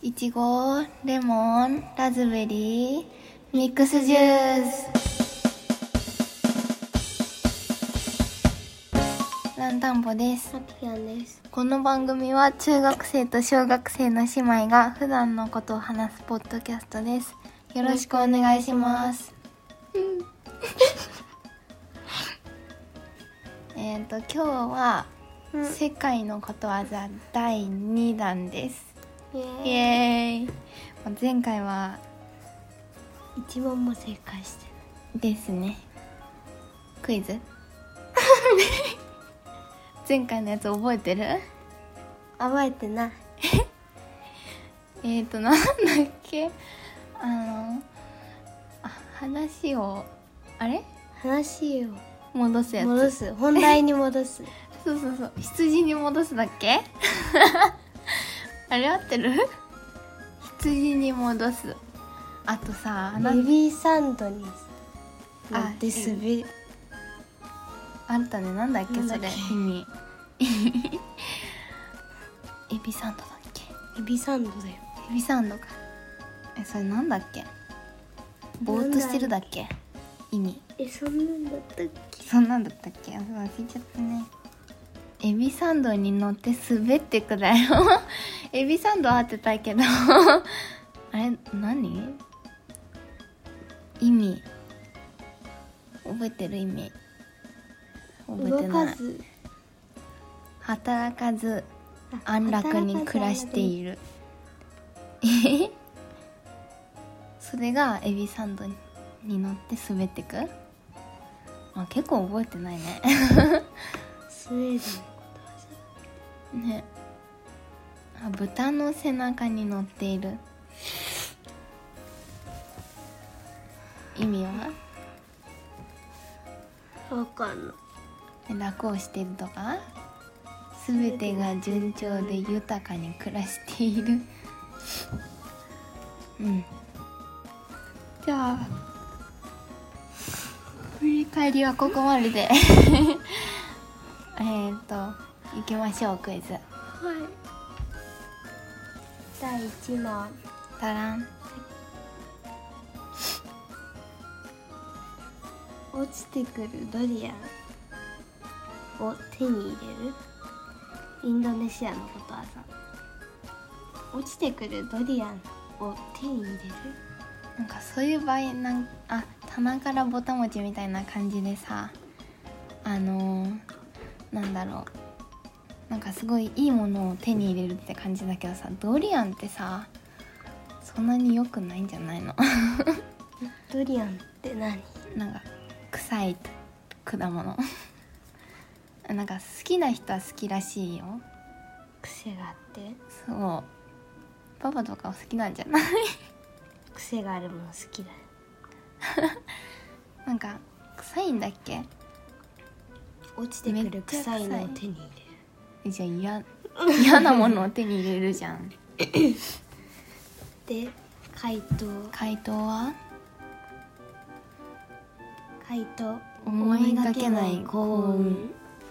いちご、レモン、ラズベリー、ミックスジュース。ランタンポです。 マキアンです。 この番組は中学生と小学生の姉妹が普段のことを話すポッドキャストです。よろしくお願いします。今日は、世界のことわざ第2弾です。イエーイ。前回は一問も正解してですね。クイズ前回のやつ覚えてる？ 覚えてない。 なんだっけ、話を話を戻すやつ。 戻す、本題に戻す。 そう羊に戻すだっけあれ合ってる？羊に戻す。あとさ、 ベビーサンドに乗って滑る。 あったね。なんだっけそれ意味エビサンドだっけ？ エビサンドだよ。 エビサンドか。それなんだっけ？ぼーっとしてるだっけ？意味。 そんなんだったっけ？ そんなんだったっけ？忘れちゃったね。エビサンドに乗って滑ってくだよエビサンドは合ってたけどあれ何？意味覚えてる？意味覚えてない。 動かず、 働かず安楽に暮らしているそれがエビサンドに乗って滑ってく。結構覚えてないねスウェーデンのことね。豚の背中に乗っている。意味は？ わかんない。 楽をしているとか、すべてが順調で豊かに暮らしているじゃあ振り返りはここまでで行きましょう。クイズ。 はい。第1問。 タラン。 落ちてくるドリアンを手に入れるインドネシアのことわざ。落ちてくるドリアンを手に入れる。 なんかそういう場合棚からぼたもちみたいな感じでさ、なんだろう、なんかすごいいいものを手に入れるって感じだけどさ、ドリアンってさそんなに良くないんじゃないのドリアンって何？ なんか臭い果物なんか好きな人は好きらしいよ。 癖があって。 そう、パパとか好きなんじゃない癖があるもの好きだよなんか臭いんだっけ？ 落ちてくる臭いのを手に入れる。 じゃあ嫌なものを手に入れるじゃんで、回答は思いがけない幸運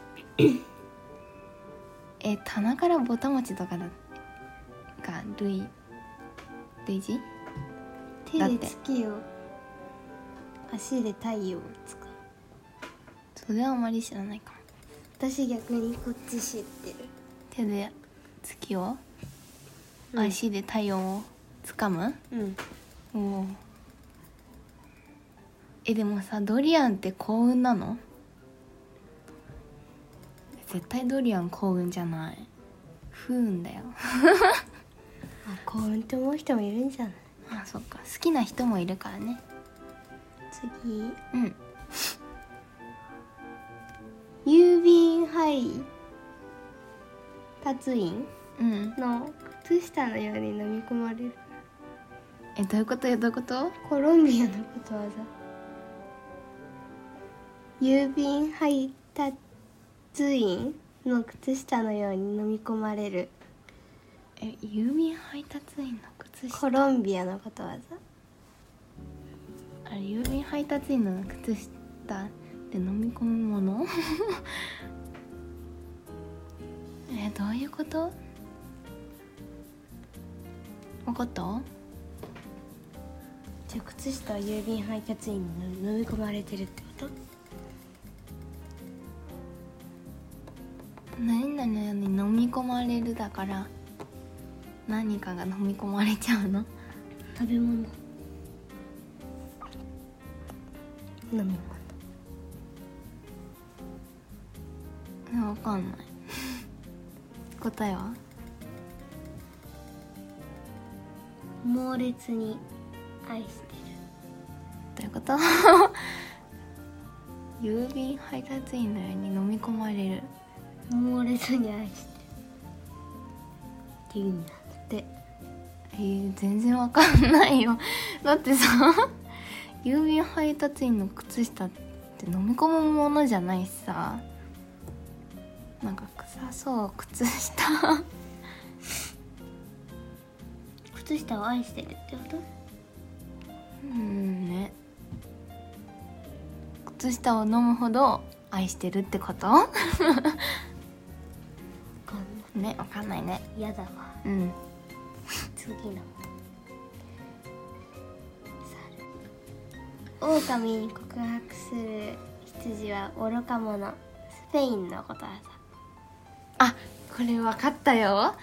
棚からぼたもちとかが類似？ 手で月を、足で太陽を使う。 それはあまり知らないかも。 私逆にこっち知ってる。 手で月を、足で太陽を掴む？おお。でもさ、ドリアンって幸運なの？絶対ドリアン幸運じゃない。不運だよ幸運って思う人もいるんじゃない？ そっか、好きな人もいるからね。 次。郵便配達員の靴下のように飲み込まれる。 どういうこと？ コロンビアのことわざ。郵便配達員の靴下のように飲み込まれる。 郵便配達員の靴下。 コロンビアのことわざ。 郵便配達員の靴下で飲み込むものどういうこと？ 分かった？ じゃあ靴下は郵便配達員に飲み込まれてるってこと？ 何々に飲み込まれるだから何かが飲み込まれちゃうの？ 食べ物、飲み分かんない答えは？ 物、猛烈に愛してどういうこと郵便配達員のように飲み込まれる、 る、猛烈に愛してるっていう意味なんだって。 全然わかんないよ。だってさ郵便配達員の靴下って飲み込むものじゃないしさ、なんか臭そう靴下靴下を愛してるってこと？ ね、靴下を飲むほど愛してるってことわかんね、わかんないね。 ない。やだわ。次の狼に告白する羊は愚か者。スペインのことわざ。 あ、これわかったよ。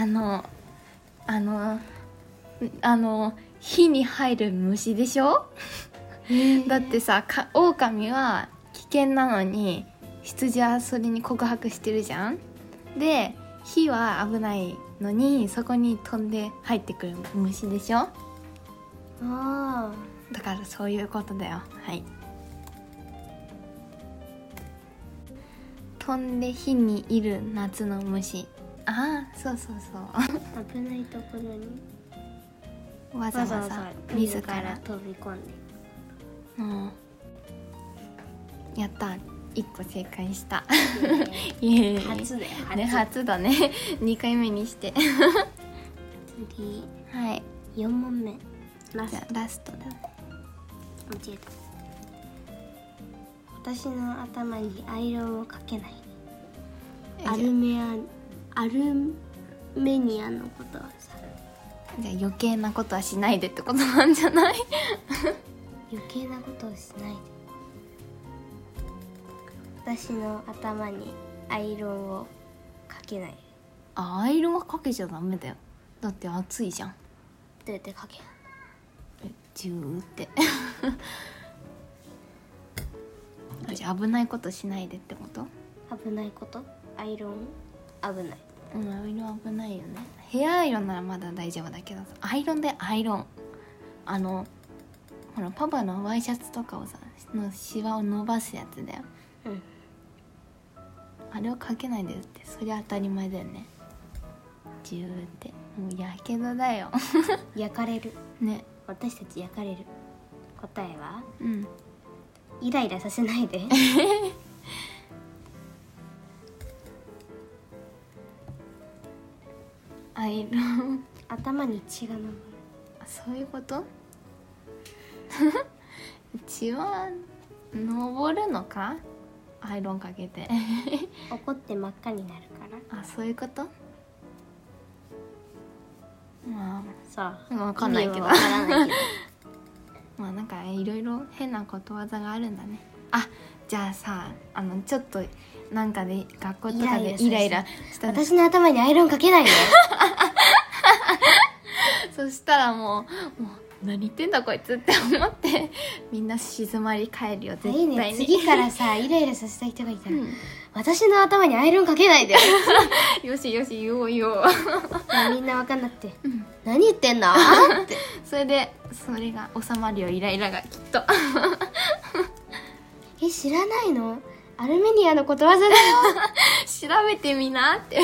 火に入る虫でしょだってさ、狼は危険なのに羊はそれに告白してるじゃん。で、火は危ないのにそこに飛んで入ってくる虫でしょ。 あだからそういうことだよ。はい。飛んで火にいる夏の虫。ああ、そうそうそうあ、危ないところにわざわざ自ら飛び込んで。 やった、1個正解したイエーイ初だよ、初。 ね、初だね2回目にして次、 はい、 4問目ラじゃあラストだね。 間違えた。私の頭にアイロンをかけない。アルメニアのことはさ。 じゃあ余計なことはしないでってことなんじゃない余計なことをしないで。私の頭にアイロンをかけない。 あ、アイロンはかけちゃダメだよ。だって暑いじゃん。 どうやってかける？ ジューってじゃあ危ないことしないでってこと？ 危ないこと？アイロン危ない。 アイロン危ないよね。ヘアアイロンならまだ大丈夫だけどさ、アイロンでアイロン、ほらパパのワイシャツとかをさのシワを伸ばすやつだよ。あれをかけないでって、そりゃ当たり前だよね。ジューって、もうやけどだよ焼かれるね。 私たち焼かれる。答えはイライラさせないでアイロン頭に血が上る。 そういうこと血は上るのか、アイロンかけて怒って真っ赤になるから。 あ、そういうこと。まあさあ分かんないけどわからないけどまあなんかいろいろ変なことわざがあるんだね。あ、じゃあさ、ちょっとなんかで学校とかでイライラした私の頭にアイロンかけないでそしたらもう何言ってんだこいつって思ってみんな静まり返るよ絶対に。 いいね、次からさイライラさせた人がいたら、私の頭にアイロンかけないでよしよし言おう言おうみんな分かんなくて、何言ってんのってそれでそれが収まるよ、イライラがきっと知らないの？アルメニアのことわざだよ調べてみなって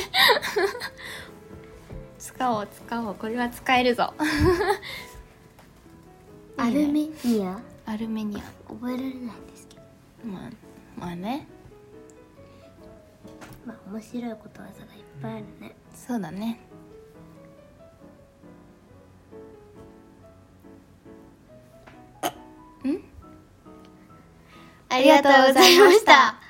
使おうこれは使えるぞアルメニア覚えられないんですけど、 まあね、 まあ面白いことわざがいっぱいあるね。 そうだね。 ありがとうございました。